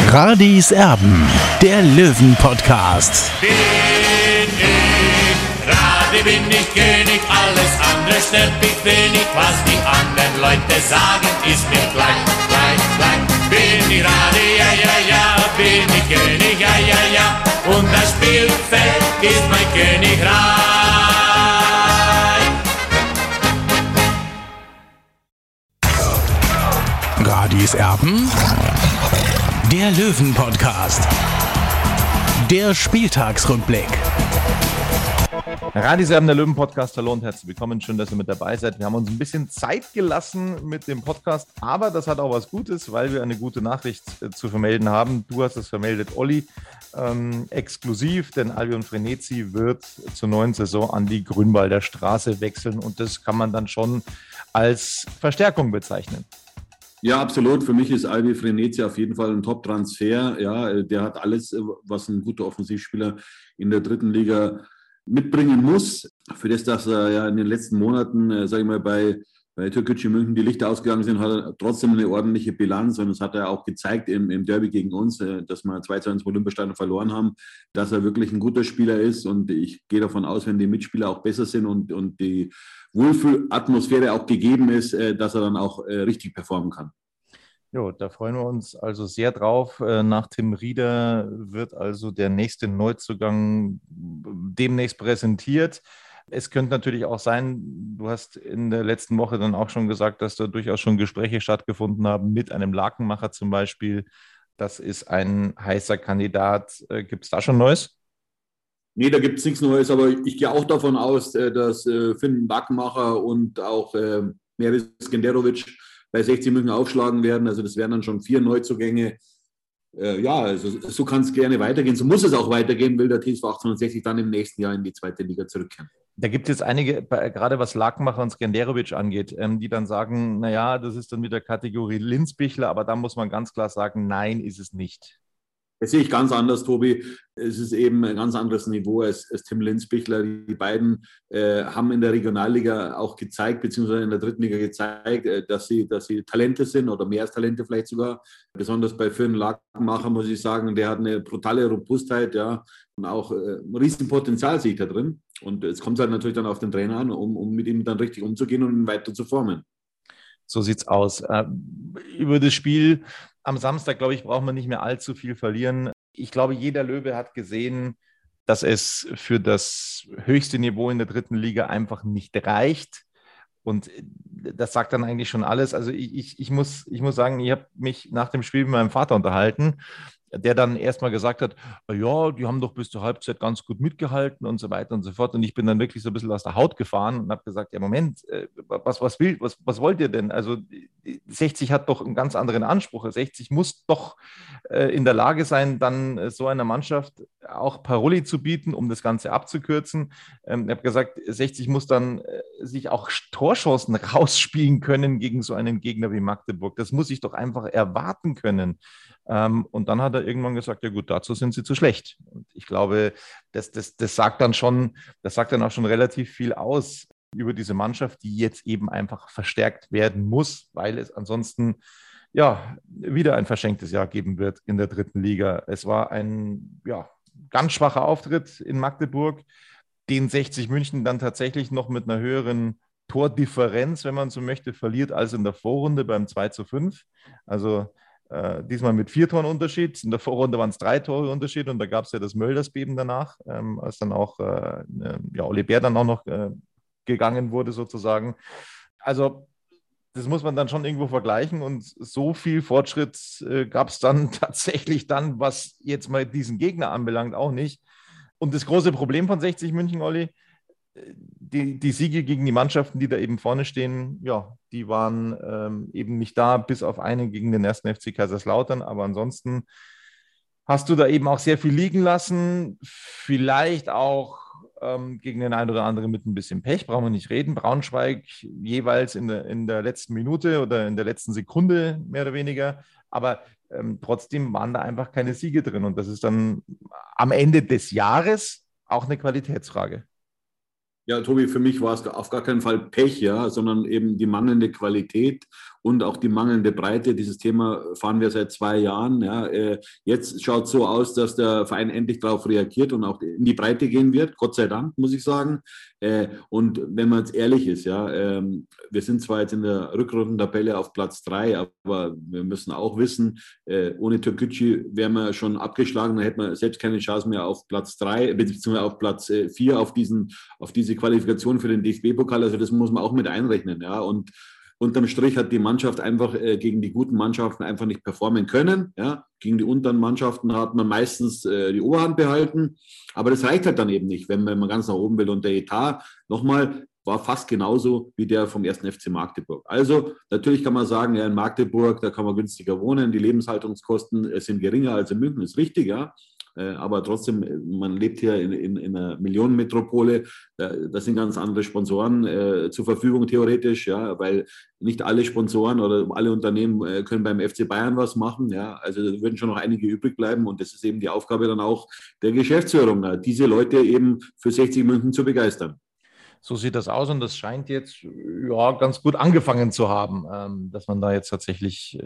Radis Erben, der Löwen-Podcast. Bin ich König, alles andere stört mich wenig. Was die anderen Leute sagen, ist mir gleich. Bin ich Radi, ja, bin ich König, ja. Und das Spielfeld ist mein Königreich. Radis Erben, der Löwen-Podcast. Der Spieltagsrückblick. Radis Erben, der Löwen-Podcast. Hallo und herzlich willkommen. Schön, dass ihr mit dabei seid. Wir haben uns ein bisschen Zeit gelassen mit dem Podcast, aber das hat auch was Gutes, weil wir eine gute Nachricht zu vermelden haben. Du hast es vermeldet, Olli, exklusiv, denn Albion Frenetzi wird zur neuen Saison an die Grünwalder Straße wechseln und das kann man dann schon als Verstärkung bezeichnen. Ja, absolut. Für mich ist Albi Frenetzi auf jeden Fall ein Top-Transfer. Ja, der hat alles, was ein guter Offensivspieler in der dritten Liga mitbringen muss. Für das, dass er ja in den letzten Monaten, sage ich mal, bei Türkgücü München die Lichter ausgegangen sind, hat er trotzdem eine ordentliche Bilanz. Und das hat er auch gezeigt im Derby gegen uns, dass wir 2-1 im Olympiastadion verloren haben, dass er wirklich ein guter Spieler ist. Und ich gehe davon aus, wenn die Mitspieler auch besser sind und die Wohlfühlatmosphäre auch gegeben ist, dass er dann auch richtig performen kann. Jo, da freuen wir uns also sehr drauf. Nach Tim Rieder wird also der nächste Neuzugang demnächst präsentiert. Es könnte natürlich auch sein, du hast in der letzten Woche dann auch schon gesagt, dass da durchaus schon Gespräche stattgefunden haben mit einem Lakenmacher zum Beispiel. Das ist ein heißer Kandidat. Gibt es da schon Neues? Nee, da gibt es nichts Neues, aber ich gehe auch davon aus, dass Finn Lakenmacher und auch Meris Skenderovic bei 60 München aufschlagen werden. Also das wären dann schon 4 Neuzugänge. Ja, also so kann es gerne weitergehen. So muss es auch weitergehen, will der TSV 1860 dann im nächsten Jahr in die zweite Liga zurückkehren. Da gibt es jetzt einige, gerade was Lakenmacher und Skenderovic angeht, die dann sagen, naja, das ist dann wieder Kategorie Linzbichler, aber da muss man ganz klar sagen, nein, ist es nicht. Das sehe ich ganz anders, Tobi. Es ist eben ein ganz anderes Niveau als Tim Linzbichler. Die beiden haben in der Regionalliga auch gezeigt, beziehungsweise in der dritten Liga gezeigt, dass sie Talente sind oder mehr als Talente vielleicht sogar. Besonders bei Finn Lakenmacher muss ich sagen, der hat eine brutale Robustheit, ja, und auch ein Riesenpotenzial sehe ich da drin. Und es kommt halt natürlich dann auf den Trainer an, um mit ihm dann richtig umzugehen und ihn weiter zu formen. So sieht's aus. Über das Spiel am Samstag, glaube ich, braucht man nicht mehr allzu viel verlieren. Ich glaube, jeder Löwe hat gesehen, dass es für das höchste Niveau in der dritten Liga einfach nicht reicht. Und das sagt dann eigentlich schon alles. Also ich muss sagen, ich habe mich nach dem Spiel mit meinem Vater unterhalten, der dann erstmal gesagt hat, ja, die haben doch bis zur Halbzeit ganz gut mitgehalten und so weiter und so fort. Und ich bin dann wirklich so ein bisschen aus der Haut gefahren und habe gesagt, ja, Moment, was wollt ihr denn? Also 60 hat doch einen ganz anderen Anspruch. 60 muss doch in der Lage sein, dann so einer Mannschaft auch Paroli zu bieten, um das Ganze abzukürzen. Ich habe gesagt, 60 muss dann sich auch Torchancen rausspielen können gegen so einen Gegner wie Magdeburg. Das muss ich doch einfach erwarten können. Und dann hat er irgendwann gesagt, ja gut, dazu sind sie zu schlecht. Und ich glaube, das sagt dann auch schon relativ viel aus über diese Mannschaft, die jetzt eben einfach verstärkt werden muss, weil es ansonsten ja wieder ein verschenktes Jahr geben wird in der dritten Liga. Es war ein ganz schwacher Auftritt in Magdeburg, den 60 München dann tatsächlich noch mit einer höheren Tordifferenz, wenn man so möchte, verliert als in der Vorrunde beim 2:5. Also diesmal mit 4 Toren Unterschied. In der Vorrunde waren es 3 Tore Unterschied und da gab es ja das Möldersbeben danach, als dann auch Olli Bär dann auch noch gegangen wurde sozusagen. Also das muss man dann schon irgendwo vergleichen und so viel Fortschritt gab es dann tatsächlich dann, was jetzt mal diesen Gegner anbelangt, auch nicht. Und das große Problem von 60 München, Olli, die Siege gegen die Mannschaften, die da eben vorne stehen, ja, die waren eben nicht da, bis auf eine gegen den 1. FC Kaiserslautern. Aber ansonsten hast du da eben auch sehr viel liegen lassen. Vielleicht auch gegen den einen oder anderen mit ein bisschen Pech, brauchen wir nicht reden. Braunschweig jeweils in der letzten Minute oder in der letzten Sekunde mehr oder weniger. Aber trotzdem waren da einfach keine Siege drin. Und das ist dann am Ende des Jahres auch eine Qualitätsfrage. Ja, Tobi, für mich war es auf gar keinen Fall Pech, ja, sondern eben die mangelnde Qualität und auch die mangelnde Breite. Dieses Thema fahren wir seit 2 Jahren. Ja. Jetzt schaut es so aus, dass der Verein endlich darauf reagiert und auch in die Breite gehen wird. Gott sei Dank, muss ich sagen. Und wenn man jetzt ehrlich ist, ja, wir sind zwar jetzt in der Rückrundentabelle auf Platz 3, aber wir müssen auch wissen, ohne Türkgücü wären wir schon abgeschlagen, dann hätten wir selbst keine Chance mehr auf Platz 3, beziehungsweise auf Platz 4 auf diese Qualifikation für den DFB-Pokal. Also das muss man auch mit einrechnen. Ja. Und unterm Strich hat die Mannschaft einfach gegen die guten Mannschaften einfach nicht performen können. Ja. Gegen die unteren Mannschaften hat man meistens die Oberhand behalten. Aber das reicht halt dann eben nicht, wenn man ganz nach oben will. Und der Etat, nochmal, war fast genauso wie der vom 1. FC Magdeburg. Also natürlich kann man sagen, ja, in Magdeburg, da kann man günstiger wohnen, die Lebenshaltungskosten sind geringer als in München, ist richtig, ja. Aber trotzdem, man lebt hier in einer Millionenmetropole, da sind ganz andere Sponsoren zur Verfügung theoretisch, ja, weil nicht alle Sponsoren oder alle Unternehmen können beim FC Bayern was machen, ja, also da würden schon noch einige übrig bleiben und das ist eben die Aufgabe dann auch der Geschäftsführung, diese Leute eben für 60 München zu begeistern. So sieht das aus und das scheint jetzt ja ganz gut angefangen zu haben, dass man da jetzt tatsächlich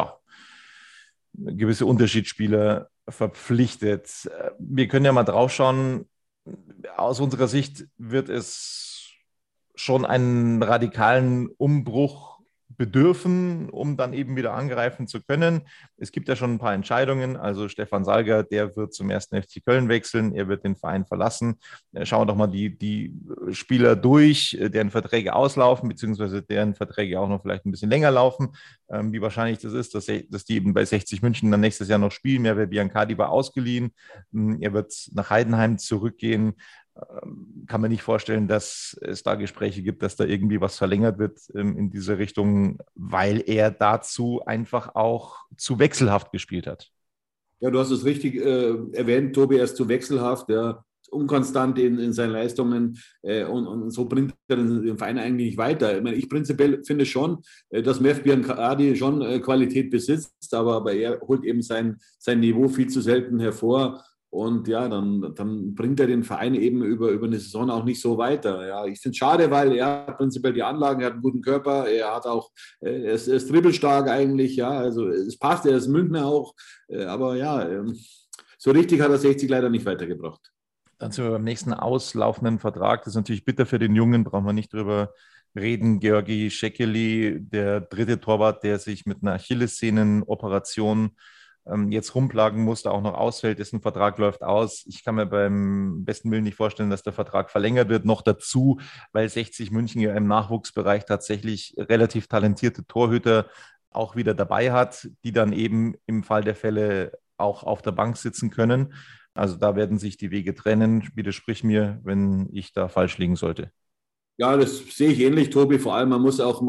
gewisse Unterschiedsspieler verpflichtet. Wir können ja mal drauf schauen. Aus unserer Sicht wird es schon einen radikalen Umbruch bedürfen, um dann eben wieder angreifen zu können. Es gibt ja schon ein paar Entscheidungen. Also Stefan Salger, der wird zum 1. FC Köln wechseln. Er wird den Verein verlassen. Schauen wir doch mal die Spieler durch, deren Verträge auslaufen, beziehungsweise deren Verträge auch noch vielleicht ein bisschen länger laufen. Wie wahrscheinlich das ist, dass die eben bei 60 München dann nächstes Jahr noch spielen. Merve Biancardi war ausgeliehen. Er wird nach Heidenheim zurückgehen. Kann man nicht vorstellen, dass es da Gespräche gibt, dass da irgendwie was verlängert wird in diese Richtung, weil er dazu einfach auch zu wechselhaft gespielt hat. Ja, du hast es richtig erwähnt, Tobi, er ist zu wechselhaft, ja, unkonstant in seinen Leistungen und so bringt er den Verein eigentlich nicht weiter. Ich meine, ich prinzipiell finde schon, dass Merv Biancardi schon Qualität besitzt, aber er holt eben sein Niveau viel zu selten hervor. Und ja, dann bringt er den Verein eben über eine Saison auch nicht so weiter. Ja, ich finde es schade, weil er hat prinzipiell die Anlagen, er hat einen guten Körper, er hat auch, er ist dribbelstark eigentlich, ja, also es passt, er ist Münchner auch, aber ja, so richtig hat er 60 leider nicht weitergebracht. Dann sind wir beim nächsten auslaufenden Vertrag. Das ist natürlich bitter für den Jungen, brauchen wir nicht drüber reden. Georgi Şekeli, der dritte Torwart, der sich mit einer Achillessehnenoperation jetzt rumplagen musste, auch noch ausfällt, dessen Vertrag läuft aus. Ich kann mir beim besten Willen nicht vorstellen, dass der Vertrag verlängert wird. Noch dazu, weil 60 München ja im Nachwuchsbereich tatsächlich relativ talentierte Torhüter auch wieder dabei hat, die dann eben im Fall der Fälle auch auf der Bank sitzen können. Also da werden sich die Wege trennen. Widersprich mir, wenn ich da falsch liegen sollte. Ja, das sehe ich ähnlich, Tobi. Vor allem, man muss auch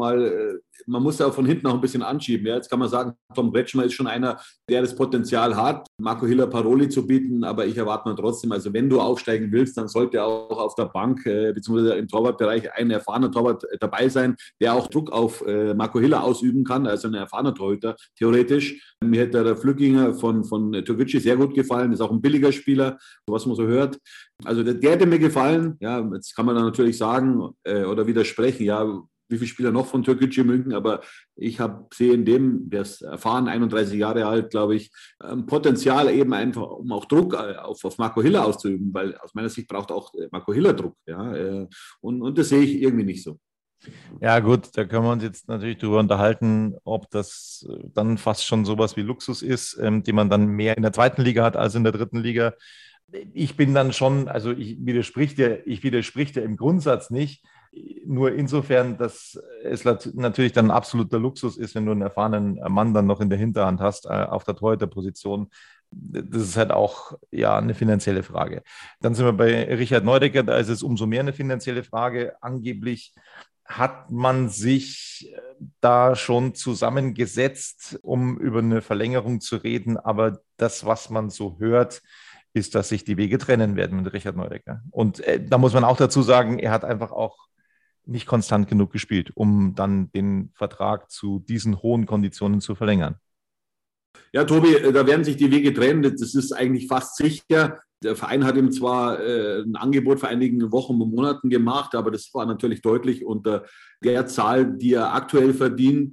von hinten auch ein bisschen anschieben. Ja, jetzt kann man sagen, Tom Kretschmer ist schon einer, der das Potenzial hat, Marco Hiller Paroli zu bieten, aber ich erwarte mal trotzdem, also wenn du aufsteigen willst, dann sollte auch auf der Bank beziehungsweise im Torwartbereich ein erfahrener Torwart dabei sein, der auch Druck auf Marco Hiller ausüben kann, also ein erfahrener Torhüter, theoretisch. Mir hätte der Flückinger von Türkgücü sehr gut gefallen, ist auch ein billiger Spieler, was man so hört. Also der hätte mir gefallen. Ja, jetzt kann man dann natürlich sagen oder widersprechen, ja, wie viele Spieler noch von Türkgücü München, aber ich sehe in dem, der ist erfahren, 31 Jahre alt, glaube ich, Potenzial eben einfach, um auch Druck auf Marco Hiller auszuüben, weil aus meiner Sicht braucht auch Marco Hiller Druck. Ja, und das sehe ich irgendwie nicht so. Ja gut, da können wir uns jetzt natürlich darüber unterhalten, ob das dann fast schon sowas wie Luxus ist, den man dann mehr in der zweiten Liga hat als in der dritten Liga. Ich bin dann schon, also ich widersprich dir im Grundsatz nicht, nur insofern, dass es natürlich dann ein absoluter Luxus ist, wenn du einen erfahrenen Mann dann noch in der Hinterhand hast auf der Torhüterposition. Das ist halt auch ja eine finanzielle Frage. Dann sind wir bei Richard Neudecker, da ist es umso mehr eine finanzielle Frage. Angeblich hat man sich da schon zusammengesetzt, um über eine Verlängerung zu reden, aber das, was man so hört, ist, dass sich die Wege trennen werden mit Richard Neudecker. Und da muss man auch dazu sagen, er hat einfach auch nicht konstant genug gespielt, um dann den Vertrag zu diesen hohen Konditionen zu verlängern. Ja, Tobi, da werden sich die Wege trennen. Das ist eigentlich fast sicher. Der Verein hat ihm zwar ein Angebot vor einigen Wochen und Monaten gemacht, aber das war natürlich deutlich unter der Zahl, die er aktuell verdient.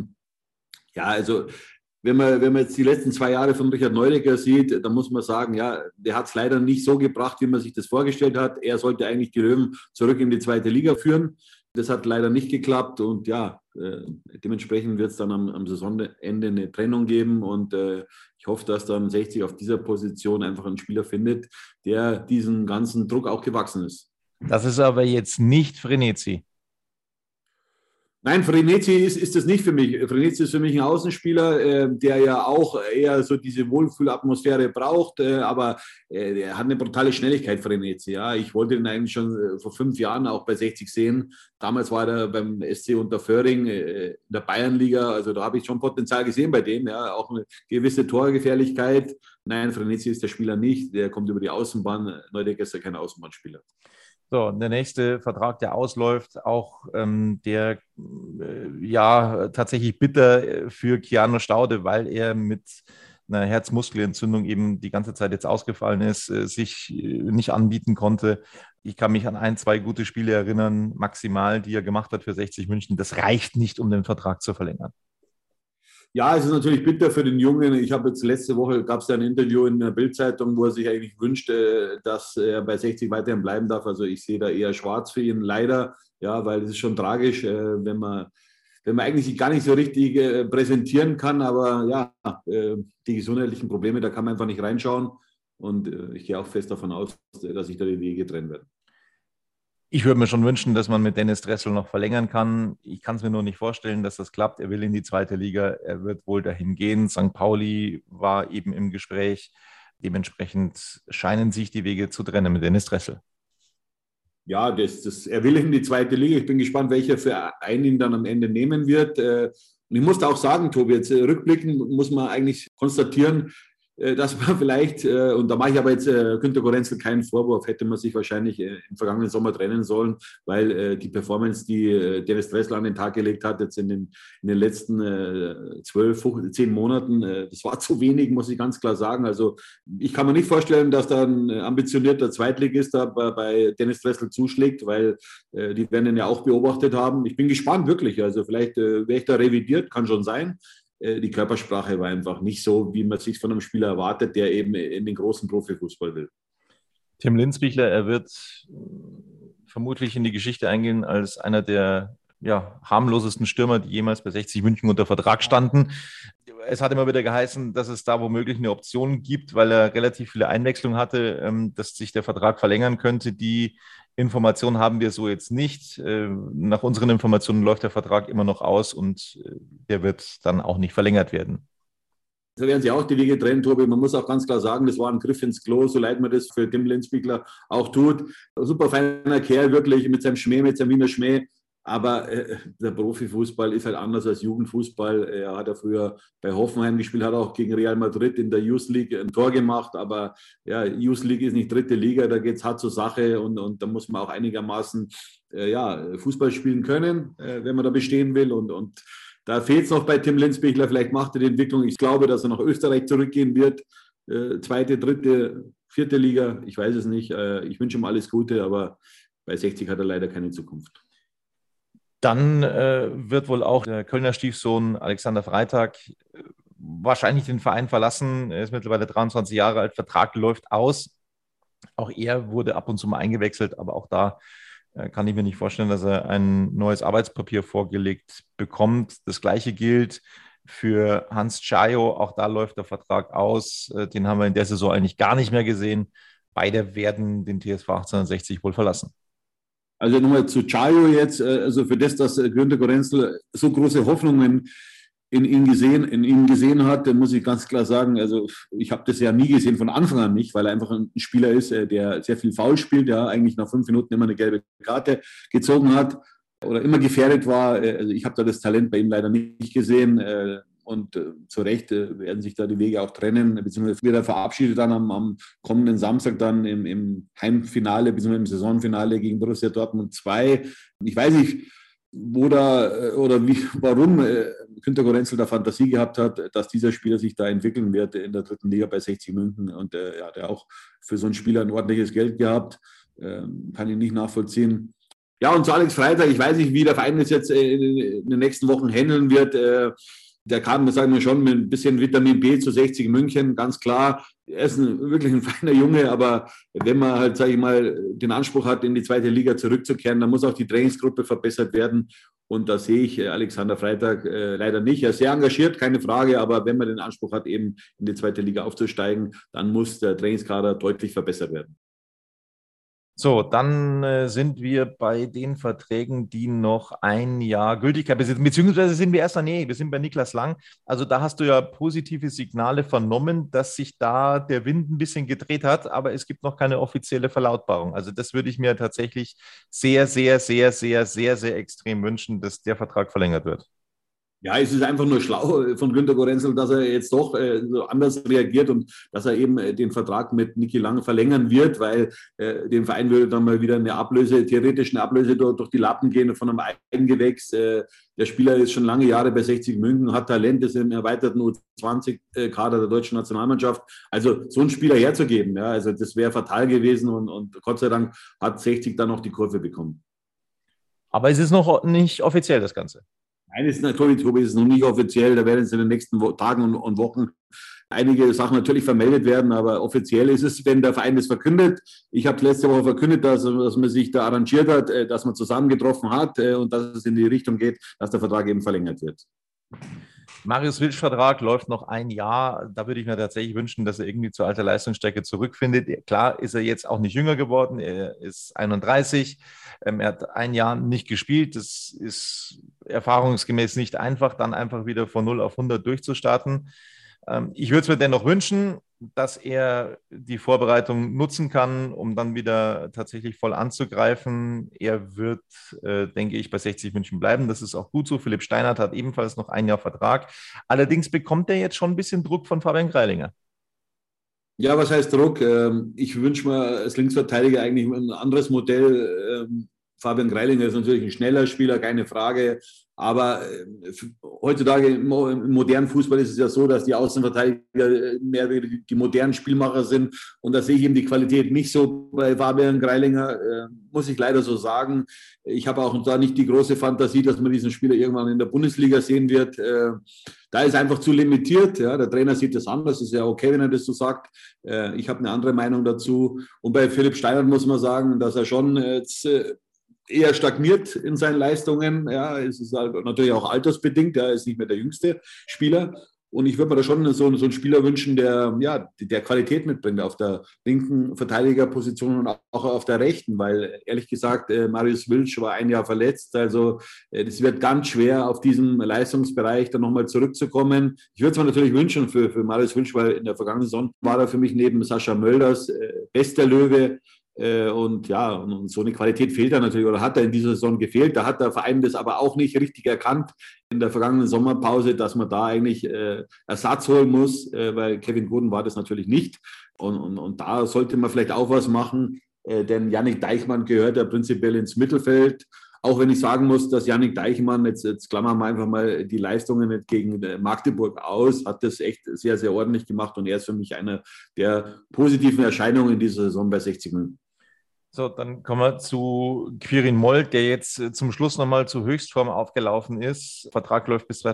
Also wenn man jetzt die letzten 2 Jahre von Richard Neudecker sieht, dann muss man sagen, ja, der hat es leider nicht so gebracht, wie man sich das vorgestellt hat. Er sollte eigentlich die Löwen zurück in die 2. Liga führen. Das hat leider nicht geklappt und ja, dementsprechend wird es dann am Saisonende eine Trennung geben und ich hoffe, dass dann 60 auf dieser Position einfach einen Spieler findet, der diesen ganzen Druck auch gewachsen ist. Das ist aber jetzt nicht Frenetzi. Nein, Frenetzi ist das nicht für mich. Frenetzi ist für mich ein Außenspieler, der ja auch eher so diese Wohlfühlatmosphäre braucht, aber er hat eine brutale Schnelligkeit, Frenetzi. Ja. Ich wollte ihn eigentlich schon vor 5 Jahren auch bei 60 sehen. Damals war er beim SC Unterföhring in der Bayernliga, also da habe ich schon Potenzial gesehen bei dem, ja, auch eine gewisse Torgefährlichkeit. Nein, Frenetzi ist der Spieler nicht, der kommt über die Außenbahn. Neudecker ist ja kein Außenbahnspieler. So, der nächste Vertrag, der ausläuft, auch der tatsächlich bitter für Keanu Staude, weil er mit einer Herzmuskelentzündung eben die ganze Zeit jetzt ausgefallen ist, sich nicht anbieten konnte. Ich kann mich an 1, 2 gute Spiele erinnern, maximal, die er gemacht hat für 60 München. Das reicht nicht, um den Vertrag zu verlängern. Ja, es ist natürlich bitter für den Jungen. Ich habe jetzt letzte Woche, gab es ja ein Interview in der Bild-Zeitung, wo er sich eigentlich wünscht, dass er bei 60 weiterhin bleiben darf. Also ich sehe da eher schwarz für ihn, leider. Ja, weil es ist schon tragisch, wenn man eigentlich sich gar nicht so richtig präsentieren kann. Aber ja, die gesundheitlichen Probleme, da kann man einfach nicht reinschauen. Und ich gehe auch fest davon aus, dass sich da die Wege trennen werden. Ich würde mir schon wünschen, dass man mit Dennis Dressel noch verlängern kann. Ich kann es mir nur nicht vorstellen, dass das klappt. Er will in die 2. Liga. Er wird wohl dahin gehen. St. Pauli war eben im Gespräch. Dementsprechend scheinen sich die Wege zu trennen mit Dennis Dressel. Ja, er will in die 2. Liga. Ich bin gespannt, welcher Verein ihn dann am Ende nehmen wird. Und ich muss da auch sagen, Tobi, jetzt rückblickend muss man eigentlich konstatieren, dass man vielleicht, und da mache ich aber jetzt Günter Gorenzel keinen Vorwurf, hätte man sich wahrscheinlich im vergangenen Sommer trennen sollen, weil die Performance, die Dennis Dressel an den Tag gelegt hat, jetzt in den letzten 10 Monaten, das war zu wenig, muss ich ganz klar sagen. Also ich kann mir nicht vorstellen, dass da ein ambitionierter Zweitligist da bei Dennis Dressel zuschlägt, weil die werden ihn ja auch beobachtet haben. Ich bin gespannt, wirklich. Also vielleicht wäre ich da revidiert, kann schon sein. Die Körpersprache war einfach nicht so, wie man es sich von einem Spieler erwartet, der eben in den großen Profifußball will. Tim Linzbichler, er wird vermutlich in die Geschichte eingehen als einer der harmlosesten Stürmer, die jemals bei 60 München unter Vertrag standen. Es hat immer wieder geheißen, dass es da womöglich eine Option gibt, weil er relativ viele Einwechslungen hatte, dass sich der Vertrag verlängern könnte. Die Informationen haben wir so jetzt nicht. Nach unseren Informationen läuft der Vertrag immer noch aus und der wird dann auch nicht verlängert werden. Da werden sich auch die Wege trennen, Tobi. Man muss auch ganz klar sagen, das war ein Griff ins Klo, so leid man das für Tim Linzbichler auch tut. Super feiner Kerl, wirklich, mit seinem Schmäh, mit seinem Wiener Schmäh. Aber der Profifußball ist halt anders als Jugendfußball. Er hat ja früher bei Hoffenheim gespielt, hat auch gegen Real Madrid in der Youth League ein Tor gemacht. Aber ja, Youth League ist nicht 3. Liga, da geht es hart zur Sache und da muss man auch einigermaßen Fußball spielen können, wenn man da bestehen will. Und da fehlt es noch bei Tim Linzbichler. Vielleicht macht er die Entwicklung. Ich glaube, dass er nach Österreich zurückgehen wird. 2., 3., 4. Liga, ich weiß es nicht. Ich wünsche ihm alles Gute, aber bei 60 hat er leider keine Zukunft. Dann wird wohl auch der Kölner Stiefsohn Alexander Freitag wahrscheinlich den Verein verlassen. Er ist mittlerweile 23 Jahre alt, Vertrag läuft aus. Auch er wurde ab und zu mal eingewechselt, aber auch da kann ich mir nicht vorstellen, dass er ein neues Arbeitspapier vorgelegt bekommt. Das Gleiche gilt für Hans Tschajo. Auch da läuft der Vertrag aus. Den haben wir in der Saison eigentlich gar nicht mehr gesehen. Beide werden den TSV 1860 wohl verlassen. Also nochmal zu Tschajo jetzt, also für das, dass Günter Gorenzel so große Hoffnungen in ihm gesehen hat, muss ich ganz klar sagen, also ich habe das ja nie gesehen, von Anfang an nicht, weil er einfach ein Spieler ist, der sehr viel Foul spielt, ja, eigentlich nach 5 Minuten immer eine gelbe Karte gezogen hat oder immer gefährdet war. Also ich habe da das Talent bei ihm leider nicht gesehen. Und zu Recht werden sich da die Wege auch trennen, beziehungsweise wird er verabschiedet dann am kommenden Samstag dann im Heimfinale, beziehungsweise im Saisonfinale gegen Borussia Dortmund 2. Ich weiß nicht, warum Günter Gorenzel da Fantasie gehabt hat, dass dieser Spieler sich da entwickeln wird in der dritten Liga bei 60 München. Und er hat auch für so einen Spieler ein ordentliches Geld gehabt. Kann ich nicht nachvollziehen. Ja, und zu Alex Freitag, ich weiß nicht, wie der Verein das jetzt in den nächsten Wochen handeln wird. Der kam, sagen wir schon, mit ein bisschen Vitamin B zu 60 München, ganz klar. Er ist wirklich ein feiner Junge, aber wenn man halt, sage ich mal, den Anspruch hat, in die zweite Liga zurückzukehren, dann muss auch die Trainingsgruppe verbessert werden. Und da sehe ich Alexander Freitag leider nicht. Er ist sehr engagiert, keine Frage, aber wenn man den Anspruch hat, eben in die zweite Liga aufzusteigen, dann muss der Trainingskader deutlich verbessert werden. So, dann sind wir bei den Verträgen, die noch ein Jahr Gültigkeit besitzen, beziehungsweise sind wir wir sind bei Niklas Lang. Also da hast du ja positive Signale vernommen, dass sich da der Wind ein bisschen gedreht hat, aber es gibt noch keine offizielle Verlautbarung. Also das würde ich mir tatsächlich sehr, sehr, sehr, sehr, sehr, sehr extrem wünschen, dass der Vertrag verlängert wird. Ja, es ist einfach nur schlau von Günter Gorenzel, dass er jetzt doch so anders reagiert und dass er eben den Vertrag mit Niki Lang verlängern wird, weil dem Verein würde dann mal wieder theoretisch eine Ablöse durch die Lappen gehen von einem Eigengewächs. Der Spieler ist schon lange Jahre bei 60 München, hat Talent, ist im erweiterten U20-Kader der deutschen Nationalmannschaft. Also so einen Spieler herzugeben, ja, also das wäre fatal gewesen und Gott sei Dank hat 60 dann noch die Kurve bekommen. Aber es ist noch nicht offiziell, das Ganze. Nein, Tobi, ist noch nicht offiziell. Da werden es in den nächsten Tagen und Wochen einige Sachen natürlich vermeldet werden, aber offiziell ist es, wenn der Verein das verkündet. Ich habe letzte Woche verkündet, dass man sich da arrangiert hat, dass man zusammengetroffen hat und dass es in die Richtung geht, dass der Vertrag eben verlängert wird. Marius Wilsch-Vertrag läuft noch ein Jahr. Da würde ich mir tatsächlich wünschen, dass er irgendwie zur alter Leistungsstärke zurückfindet. Klar ist er jetzt auch nicht jünger geworden. Er ist 31. Er hat ein Jahr nicht gespielt. Das ist erfahrungsgemäß nicht einfach, dann einfach wieder von 0 auf 100 durchzustarten. Ich würde es mir dennoch wünschen, dass er die Vorbereitung nutzen kann, um dann wieder tatsächlich voll anzugreifen. Er wird, denke ich, bei 60 München bleiben. Das ist auch gut so. Philipp Steinhardt hat ebenfalls noch ein Jahr Vertrag. Allerdings bekommt er jetzt schon ein bisschen Druck von Fabian Greilinger. Ja, was heißt Druck? Ich wünsche mir als Linksverteidiger eigentlich ein anderes Modell. Fabian Greilinger ist natürlich ein schneller Spieler, keine Frage. Aber heutzutage im modernen Fußball ist es ja so, dass die Außenverteidiger mehr die modernen Spielmacher sind. Und da sehe ich eben die Qualität nicht so bei Fabian Greilinger, muss ich leider so sagen. Ich habe auch da nicht die große Fantasie, dass man diesen Spieler irgendwann in der Bundesliga sehen wird. Da ist einfach zu limitiert. Ja. Der Trainer sieht das anders. Ist ja okay, wenn er das so sagt. Ich habe eine andere Meinung dazu. Und bei Philipp Steinhardt muss man sagen, dass er schon jetzt eher stagniert in seinen Leistungen. Ja, es ist halt natürlich auch altersbedingt. Er ist nicht mehr der jüngste Spieler. Und ich würde mir da schon so einen Spieler wünschen, der Qualität mitbringt auf der linken Verteidigerposition und auch auf der rechten, weil ehrlich gesagt, Marius Wilsch war ein Jahr verletzt. Also es wird ganz schwer, auf diesem Leistungsbereich dann nochmal zurückzukommen. Ich würde es mir natürlich wünschen für Marius Wilsch, weil in der vergangenen Saison war er für mich neben Sascha Mölders bester Löwe. Und ja, und so eine Qualität fehlt er natürlich oder hat er in dieser Saison gefehlt. Da hat der Verein das aber auch nicht richtig erkannt in der vergangenen Sommerpause, dass man da eigentlich Ersatz holen muss, weil Kevin Gordon war das natürlich nicht. Und da sollte man vielleicht auch was machen, denn Yannick Deichmann gehört ja prinzipiell ins Mittelfeld. Auch wenn ich sagen muss, dass Yannick Deichmann, jetzt klammern wir einfach mal die Leistungen gegen Magdeburg aus, hat das echt sehr, sehr ordentlich gemacht und er ist für mich einer der positiven Erscheinungen in dieser Saison bei 60 München. So, dann kommen wir zu Quirin Moll, der jetzt zum Schluss nochmal zur Höchstform aufgelaufen ist. Vertrag läuft bis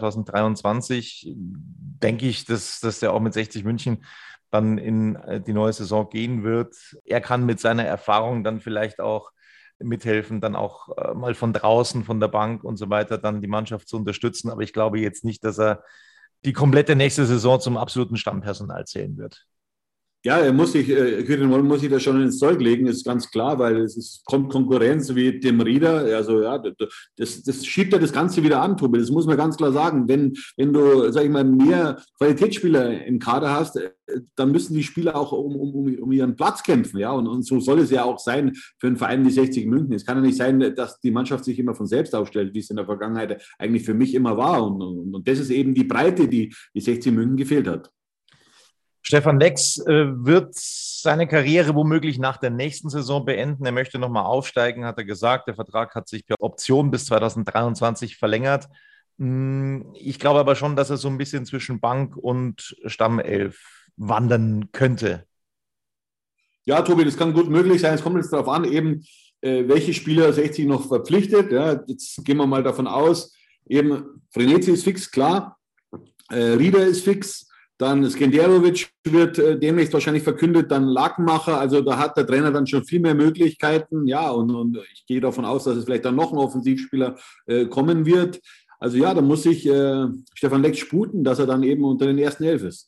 2023. Denke ich, dass der auch mit 60 München dann in die neue Saison gehen wird. Er kann mit seiner Erfahrung dann vielleicht auch mithelfen, dann auch mal von draußen, von der Bank und so weiter, dann die Mannschaft zu unterstützen. Aber ich glaube jetzt nicht, dass er die komplette nächste Saison zum absoluten Stammpersonal zählen wird. Ja, Quirin Moll muss sich da schon ins Zeug legen, ist ganz klar, weil kommt Konkurrenz wie Tim Rieder. Also ja, das schiebt ja das Ganze wieder an, Tobi. Das muss man ganz klar sagen. Wenn du, sag ich mal, mehr Qualitätsspieler im Kader hast, dann müssen die Spieler auch um ihren Platz kämpfen. Ja, und so soll es ja auch sein für einen Verein wie 60 München. Es kann ja nicht sein, dass die Mannschaft sich immer von selbst aufstellt, wie es in der Vergangenheit eigentlich für mich immer war. Und das ist eben die Breite, die 60 München gefehlt hat. Stefan Lex wird seine Karriere womöglich nach der nächsten Saison beenden. Er möchte nochmal aufsteigen, hat er gesagt. Der Vertrag hat sich per Option bis 2023 verlängert. Ich glaube aber schon, dass er so ein bisschen zwischen Bank und Stammelf wandern könnte. Ja, Tobi, das kann gut möglich sein. Es kommt jetzt darauf an, eben, welche Spieler 60 noch verpflichtet. Ja, jetzt gehen wir mal davon aus, eben Frenetzi ist fix, klar. Rieder ist fix. Dann Skenderovic wird demnächst wahrscheinlich verkündet, dann Lakenmacher. Also da hat der Trainer dann schon viel mehr Möglichkeiten. Ja, und ich gehe davon aus, dass es vielleicht dann noch ein Offensivspieler kommen wird. Also ja, da muss sich Stefan Lex sputen, dass er dann eben unter den ersten 11 ist.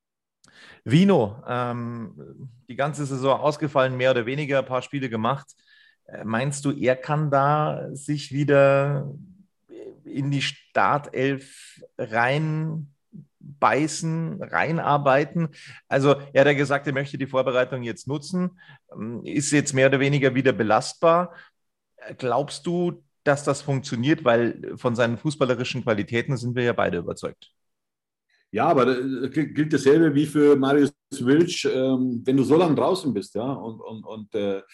Vino, die ganze Saison ausgefallen, mehr oder weniger, ein paar Spiele gemacht. Meinst du, er kann da sich wieder in die Startelf reinbeißen, reinarbeiten? Also er hat ja gesagt, er möchte die Vorbereitung jetzt nutzen, ist jetzt mehr oder weniger wieder belastbar. Glaubst du, dass das funktioniert? Weil von seinen fußballerischen Qualitäten sind wir ja beide überzeugt. Ja, aber da gilt dasselbe wie für Marius Wilsch, wenn du so lange draußen bist, ja, und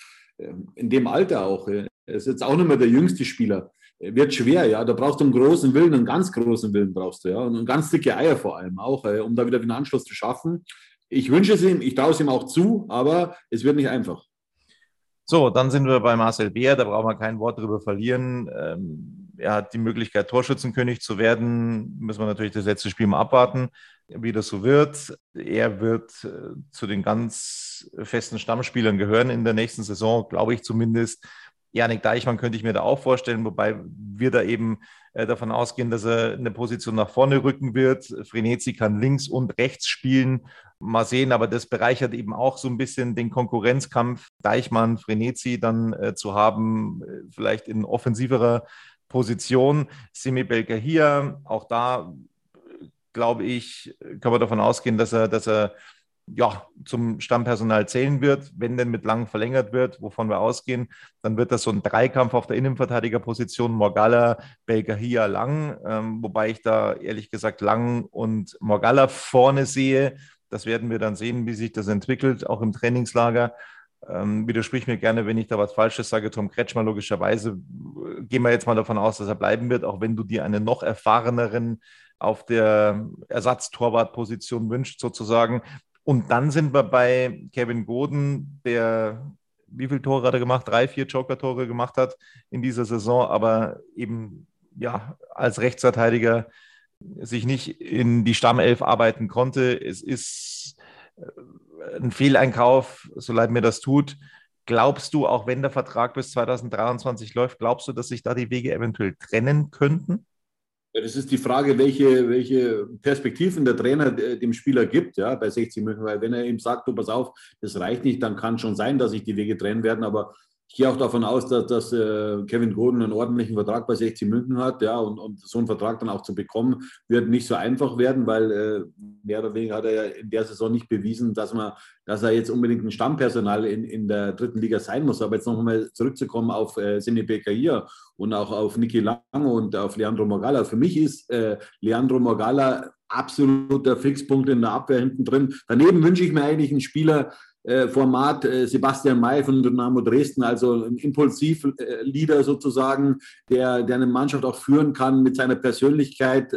in dem Alter auch, er ist jetzt auch nicht mehr der jüngste Spieler, wird schwer, ja, da brauchst du einen großen Willen, einen ganz großen Willen brauchst du, ja, und ganz dicke Eier vor allem auch, um da wieder den Anschluss zu schaffen. Ich wünsche es ihm, ich traue es ihm auch zu, aber es wird nicht einfach. So, dann sind wir bei Marcel Beer, da brauchen wir kein Wort drüber verlieren. Er hat die Möglichkeit, Torschützenkönig zu werden. Müssen wir natürlich das letzte Spiel mal abwarten, wie das so wird. Er wird zu den ganz festen Stammspielern gehören in der nächsten Saison, glaube ich zumindest. Jannik Deichmann könnte ich mir da auch vorstellen, wobei wir da eben davon ausgehen, dass er eine Position nach vorne rücken wird. Frenetzi kann links und rechts spielen. Mal sehen, aber das bereichert eben auch so ein bisschen den Konkurrenzkampf, Deichmann, Frenetzi dann zu haben, vielleicht in offensiverer Position. Semi Belkahia, auch da glaube ich, kann man davon ausgehen, dass er ja, zum Stammpersonal zählen wird, wenn denn mit Lang verlängert wird, wovon wir ausgehen, dann wird das so ein Dreikampf auf der Innenverteidigerposition, Morgalla, Belkahia, Lang, wobei ich da ehrlich gesagt Lang und Morgalla vorne sehe. Das werden wir dann sehen, wie sich das entwickelt, auch im Trainingslager. Widersprich mir gerne, wenn ich da was Falsches sage. Tom Kretschmer logischerweise, gehen wir jetzt mal davon aus, dass er bleiben wird, auch wenn du dir einen noch erfahreneren auf der Ersatztorwartposition wünscht sozusagen. Und dann sind wir bei Kevin Godden, der wie viele Tore hat er gemacht? 3, 4 Joker-Tore gemacht hat in dieser Saison, aber eben ja als Rechtsverteidiger sich nicht in die Stammelf arbeiten konnte. Es ist ein Fehleinkauf, so leid mir das tut. Glaubst du, auch wenn der Vertrag bis 2023 läuft, glaubst du, dass sich da die Wege eventuell trennen könnten? Ja, das ist die Frage, welche Perspektiven der Trainer dem Spieler gibt, ja, bei 60 München. Weil wenn er ihm sagt, du pass auf, das reicht nicht, dann kann schon sein, dass sich die Wege trennen werden. Aber ich gehe auch davon aus, dass Kevin Godden einen ordentlichen Vertrag bei 60 München hat, ja, und so einen Vertrag dann auch zu bekommen, wird nicht so einfach werden, weil mehr oder weniger hat er ja in der Saison nicht bewiesen, dass er jetzt unbedingt ein Stammpersonal in der dritten Liga sein muss. Aber jetzt noch mal zurückzukommen auf Semi Belkahia und auch auf Niki Lang und auf Leandro Morgalla. Für mich ist Leandro Morgalla absoluter Fixpunkt in der Abwehr hinten drin. Daneben wünsche ich mir eigentlich einen Spieler, Format Sebastian May von Dynamo Dresden, also ein Impulsivleader sozusagen, der eine Mannschaft auch führen kann mit seiner Persönlichkeit.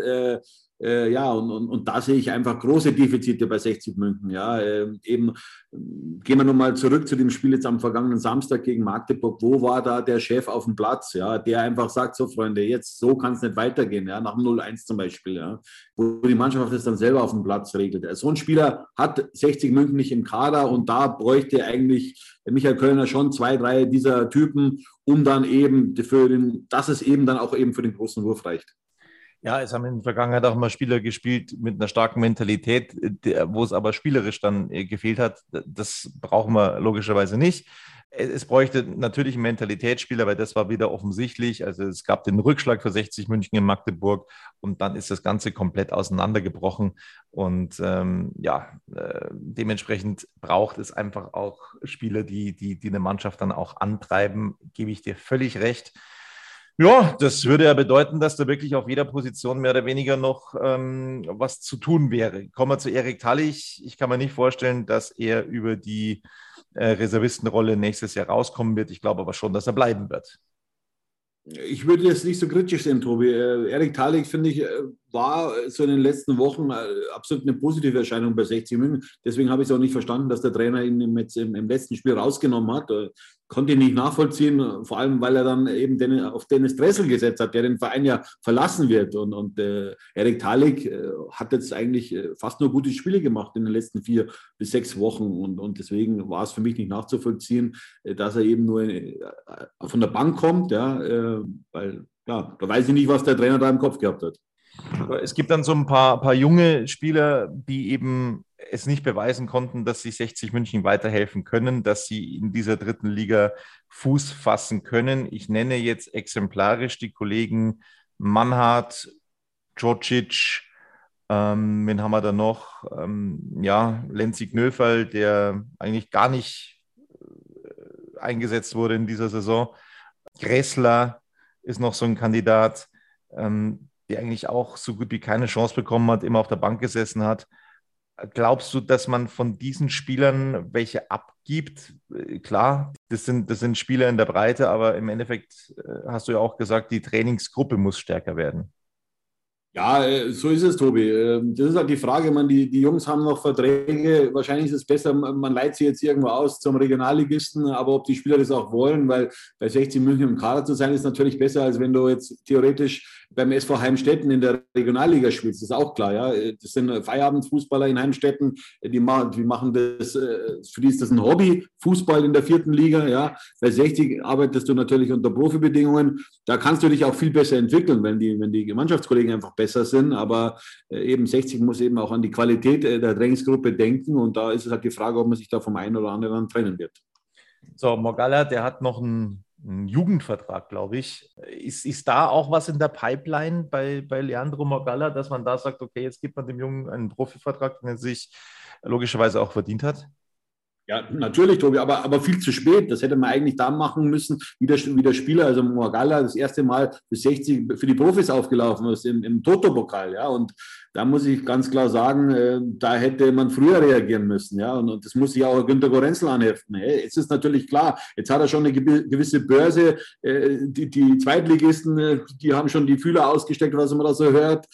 Ja, und da sehe ich einfach große Defizite bei 60 München. Ja, eben gehen wir nochmal zurück zu dem Spiel jetzt am vergangenen Samstag gegen Magdeburg. Wo war da der Chef auf dem Platz, ja, der einfach sagt, so Freunde, jetzt so kann es nicht weitergehen, ja, nach dem 0-1 zum Beispiel, ja, wo die Mannschaft das dann selber auf dem Platz regelt. So ein Spieler hat 60 München nicht im Kader und da bräuchte eigentlich Michael Kölner schon 2, 3 dieser Typen, um dann eben dass es eben dann auch eben für den großen Wurf reicht. Ja, es haben in der Vergangenheit auch immer Spieler gespielt mit einer starken Mentalität, wo es aber spielerisch dann gefehlt hat. Das brauchen wir logischerweise nicht. Es bräuchte natürlich einen Mentalitätsspieler, weil das war wieder offensichtlich. Also es gab den Rückschlag für 60 München in Magdeburg und dann ist das Ganze komplett auseinandergebrochen. Und dementsprechend braucht es einfach auch Spieler, die eine Mannschaft dann auch antreiben. Gebe ich dir völlig recht. Ja, das würde ja bedeuten, dass da wirklich auf jeder Position mehr oder weniger noch was zu tun wäre. Kommen wir zu Erik Tallich. Ich kann mir nicht vorstellen, dass er über die Reservistenrolle nächstes Jahr rauskommen wird. Ich glaube aber schon, dass er bleiben wird. Ich würde jetzt nicht so kritisch sehen, Tobi. Erik Thalig, finde ich, war so in den letzten Wochen absolut eine positive Erscheinung bei 60 München. Deswegen habe ich es auch nicht verstanden, dass der Trainer ihn jetzt im letzten Spiel rausgenommen hat. Konnte ihn nicht nachvollziehen, vor allem, weil er dann eben auf Dennis Dressel gesetzt hat, der den Verein ja verlassen wird. Und Erik Thalig hat jetzt eigentlich fast nur gute Spiele gemacht in den letzten 4 bis 6 Wochen. Und deswegen war es für mich nicht nachzuvollziehen, dass er eben nur von der Bank kommt, ja, weil ja, da weiß ich nicht, was der Trainer da im Kopf gehabt hat. Es gibt dann so ein paar junge Spieler, die eben es nicht beweisen konnten, dass sie 60 München weiterhelfen können, dass sie in dieser dritten Liga Fuß fassen können. Ich nenne jetzt exemplarisch die Kollegen Mannhardt, Djordjic, wen haben wir da noch? Lenzi-Gnöferl, der eigentlich gar nicht eingesetzt wurde in dieser Saison. Gressler ist noch so ein Kandidat, der eigentlich auch so gut wie keine Chance bekommen hat, immer auf der Bank gesessen hat. Glaubst du, dass man von diesen Spielern welche abgibt? Klar, das sind Spieler in der Breite, aber im Endeffekt hast du ja auch gesagt, die Trainingsgruppe muss stärker werden. Ja, so ist es, Tobi. Das ist halt die Frage, die Jungs haben noch Verträge. Wahrscheinlich ist es besser, man leiht sie jetzt irgendwo aus zum Regionalligisten, aber ob die Spieler das auch wollen, weil bei 60 München im Kader zu sein, ist natürlich besser, als wenn du jetzt theoretisch beim SV Heimstetten in der Regionalliga spielst. Das ist auch klar, ja. Das sind Feierabendfußballer in Heimstetten, die machen das, für die ist das ein Hobby, Fußball in der 4. Liga, ja. Bei 60 arbeitest du natürlich unter Profibedingungen. Da kannst du dich auch viel besser entwickeln, wenn die Mannschaftskollegen einfach besser sind, aber eben 60 muss eben auch an die Qualität der Trainingsgruppe denken und da ist es halt die Frage, ob man sich da vom einen oder anderen trennen wird. So, Morgalla, der hat noch einen Jugendvertrag, glaube ich. Ist da auch was in der Pipeline bei Leandro Morgalla, dass man da sagt, okay, jetzt gibt man dem Jungen einen Profivertrag, den er sich logischerweise auch verdient hat? Ja, natürlich, Tobi, aber viel zu spät. Das hätte man eigentlich dann machen müssen, wie der Spieler, also Morgalla, das erste Mal bis 60 für die Profis aufgelaufen ist im Toto-Pokal. Ja, und da muss ich ganz klar sagen, da hätte man früher reagieren müssen. Ja, und das muss sich auch Günter Gorenzel anheften. Jetzt ist natürlich klar, jetzt hat er schon eine gewisse Börse. Die Zweitligisten, die haben schon die Fühler ausgesteckt, was man da so hört.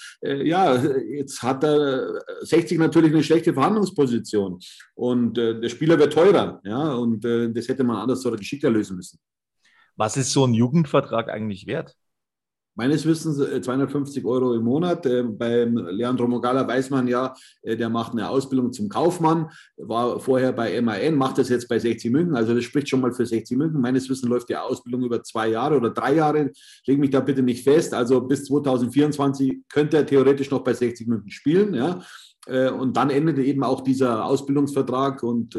Jetzt hat er 60 natürlich eine schlechte Verhandlungsposition. Und der Spieler wird teurer, ja, und das hätte man anders oder geschickter lösen müssen. Was ist so ein Jugendvertrag eigentlich wert? Meines Wissens 250 € im Monat. Beim Leandro Morgalla weiß man ja, der macht eine Ausbildung zum Kaufmann, war vorher bei MAN, macht das jetzt bei 60 München, also das spricht schon mal für 60 München. Meines Wissens läuft die Ausbildung über 2 Jahre oder 3 Jahre, leg mich da bitte nicht fest, also bis 2024 könnte er theoretisch noch bei 60 München spielen, ja. Und dann endet eben auch dieser Ausbildungsvertrag und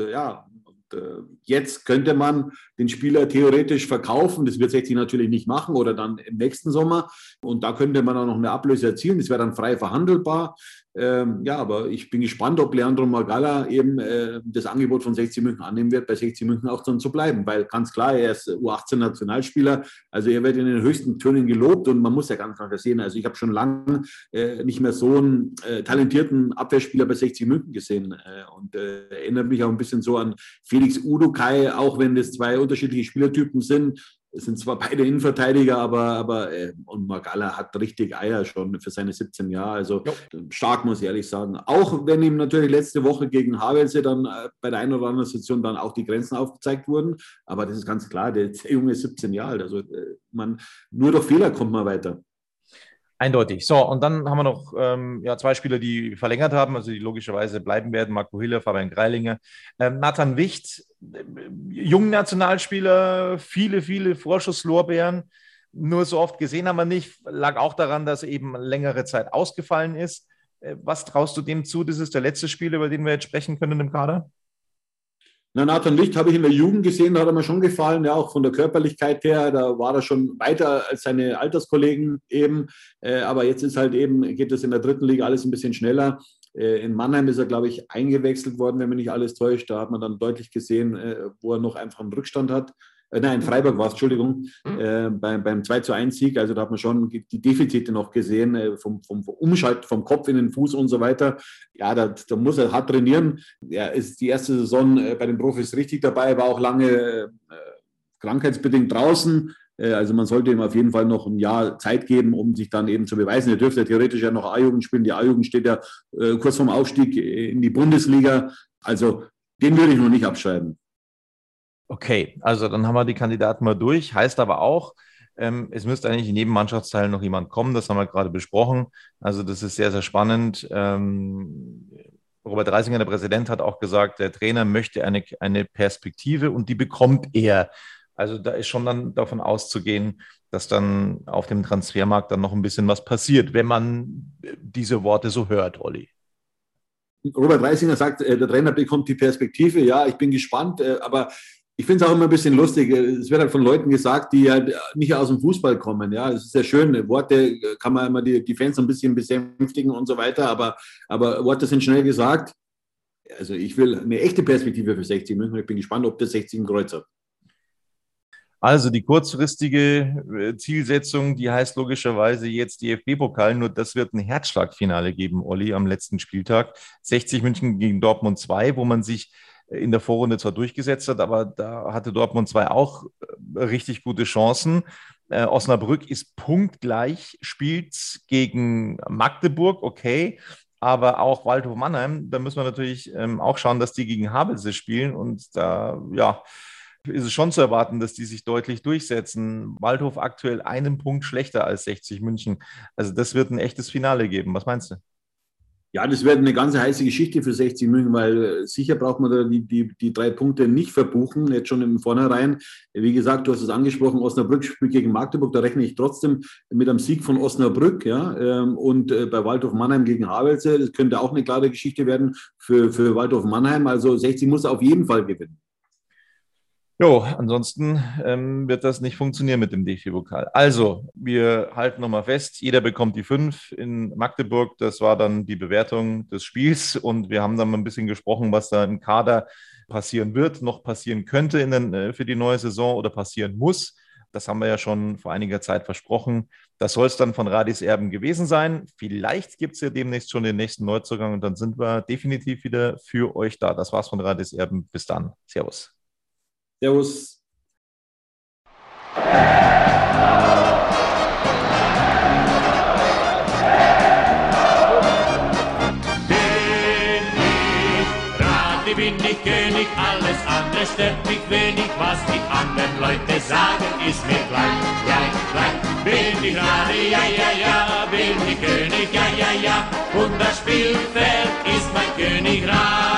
jetzt könnte man den Spieler theoretisch verkaufen. Das wird 60 natürlich nicht machen oder dann im nächsten Sommer. Und da könnte man auch noch eine Ablöse erzielen. Das wäre dann frei verhandelbar. Aber ich bin gespannt, ob Leandro Morgalla eben das Angebot von 60 München annehmen wird, bei 60 München auch dann zu bleiben. Weil ganz klar, er ist U18-Nationalspieler. Also er wird in den höchsten Tönen gelobt und man muss ja ganz klar sehen. Also ich habe schon lange nicht mehr so einen talentierten Abwehrspieler bei 60 München gesehen. Und erinnert mich auch ein bisschen so an Felix Udukai, auch wenn das 2 unterschiedliche Spielertypen sind. Es sind zwar beide Innenverteidiger, aber und Morgalla hat richtig Eier schon für seine 17 Jahre. Also stark, muss ich ehrlich sagen. Auch wenn ihm natürlich letzte Woche gegen Havelse dann bei der einen oder anderen Situation dann auch die Grenzen aufgezeigt wurden. Aber das ist ganz klar, der Junge ist 17 Jahre alt. Also nur durch Fehler kommt man weiter. Eindeutig. So, und dann haben wir noch 2 Spieler, die verlängert haben, also die logischerweise bleiben werden. Marco Hiller, Fabian Greilinger. Nathan Wicht, junger Nationalspieler, viele Vorschusslorbeeren. Nur so oft gesehen haben wir nicht. Lag auch daran, dass er eben längere Zeit ausgefallen ist. Was traust du dem zu? Das ist der letzte Spieler, über den wir jetzt sprechen können im Kader. Nathan Wicht habe ich in der Jugend gesehen, da hat er mir schon gefallen, ja, auch von der Körperlichkeit her, da war er schon weiter als seine Alterskollegen eben, aber jetzt ist halt eben, geht es in der 3. Liga alles ein bisschen schneller. In Mannheim ist er, glaube ich, eingewechselt worden, wenn mich nicht alles täuscht, da hat man dann deutlich gesehen, wo er noch einfach einen Rückstand hat. In Freiburg war es, Entschuldigung, beim 2:1-Sieg. Also da hat man schon die Defizite noch gesehen, vom Umschalten, vom Kopf in den Fuß und so weiter. Ja, da muss er hart trainieren. Er ist die erste Saison bei den Profis richtig dabei, war auch lange krankheitsbedingt draußen. Also man sollte ihm auf jeden Fall noch ein Jahr Zeit geben, um sich dann eben zu beweisen. Er dürfte ja theoretisch ja noch A-Jugend spielen. Die A-Jugend steht ja kurz vorm Aufstieg in die Bundesliga. Also den würde ich noch nicht abschreiben. Okay, also dann haben wir die Kandidaten mal durch. Heißt aber auch, es müsste eigentlich in jedem Mannschaftsteil noch jemand kommen. Das haben wir gerade besprochen. Also das ist sehr, sehr spannend. Robert Reisinger, der Präsident, hat auch gesagt, der Trainer möchte eine Perspektive und die bekommt er. Also da ist schon dann davon auszugehen, dass dann auf dem Transfermarkt dann noch ein bisschen was passiert, wenn man diese Worte so hört, Olli. Robert Reisinger sagt, der Trainer bekommt die Perspektive. Ja, ich bin gespannt, aber ich finde es auch immer ein bisschen lustig. Es wird halt von Leuten gesagt, die halt nicht aus dem Fußball kommen. Ja, es ist sehr schön. Worte kann man immer die Fans ein bisschen besänftigen und so weiter, aber Worte sind schnell gesagt. Also ich will eine echte Perspektive für 60 München. Ich bin gespannt, ob das 60 ein Kreuz hat. Also die kurzfristige Zielsetzung, die heißt logischerweise jetzt DFB-Pokal, nur das wird ein Herzschlagfinale geben, Olli, am letzten Spieltag. 60 München gegen Dortmund 2, wo man sich in der Vorrunde zwar durchgesetzt hat, aber da hatte Dortmund 2 auch richtig gute Chancen. Osnabrück ist punktgleich, spielt gegen Magdeburg, okay, aber auch Waldhof Mannheim, da müssen wir natürlich auch schauen, dass die gegen Havelse spielen und da, ja, ist es schon zu erwarten, dass die sich deutlich durchsetzen. Waldhof aktuell einen Punkt schlechter als 60 München. Also das wird ein echtes Finale geben. Was meinst du? Ja, das wird eine ganz heiße Geschichte für 60 München, weil sicher braucht man da die 3 Punkte nicht verbuchen, jetzt schon im Vornherein. Wie gesagt, du hast es angesprochen, Osnabrück spielt gegen Magdeburg, da rechne ich trotzdem mit einem Sieg von Osnabrück, ja, und bei Waldhof Mannheim gegen Havelse, das könnte auch eine klare Geschichte werden für Waldhof Mannheim. Also 60 muss auf jeden Fall gewinnen. Jo, ansonsten wird das nicht funktionieren mit dem DFB-Pokal. Also, wir halten nochmal fest, jeder bekommt die 5 in Magdeburg. Das war dann die Bewertung des Spiels und wir haben dann mal ein bisschen gesprochen, was da im Kader passieren wird, noch passieren könnte für die neue Saison oder passieren muss. Das haben wir ja schon vor einiger Zeit versprochen. Das soll es dann von Radis Erben gewesen sein. Vielleicht gibt es ja demnächst schon den nächsten Neuzugang und dann sind wir definitiv wieder für euch da. Das war's von Radis Erben. Bis dann. Servus. Servus. Bin ich König, alles andere stört mich wenig, was die anderen Leute sagen, ist mir gleich. Bin ich Rade, ja, bin ich König, ja, und das Spielfeld ist mein Königreich.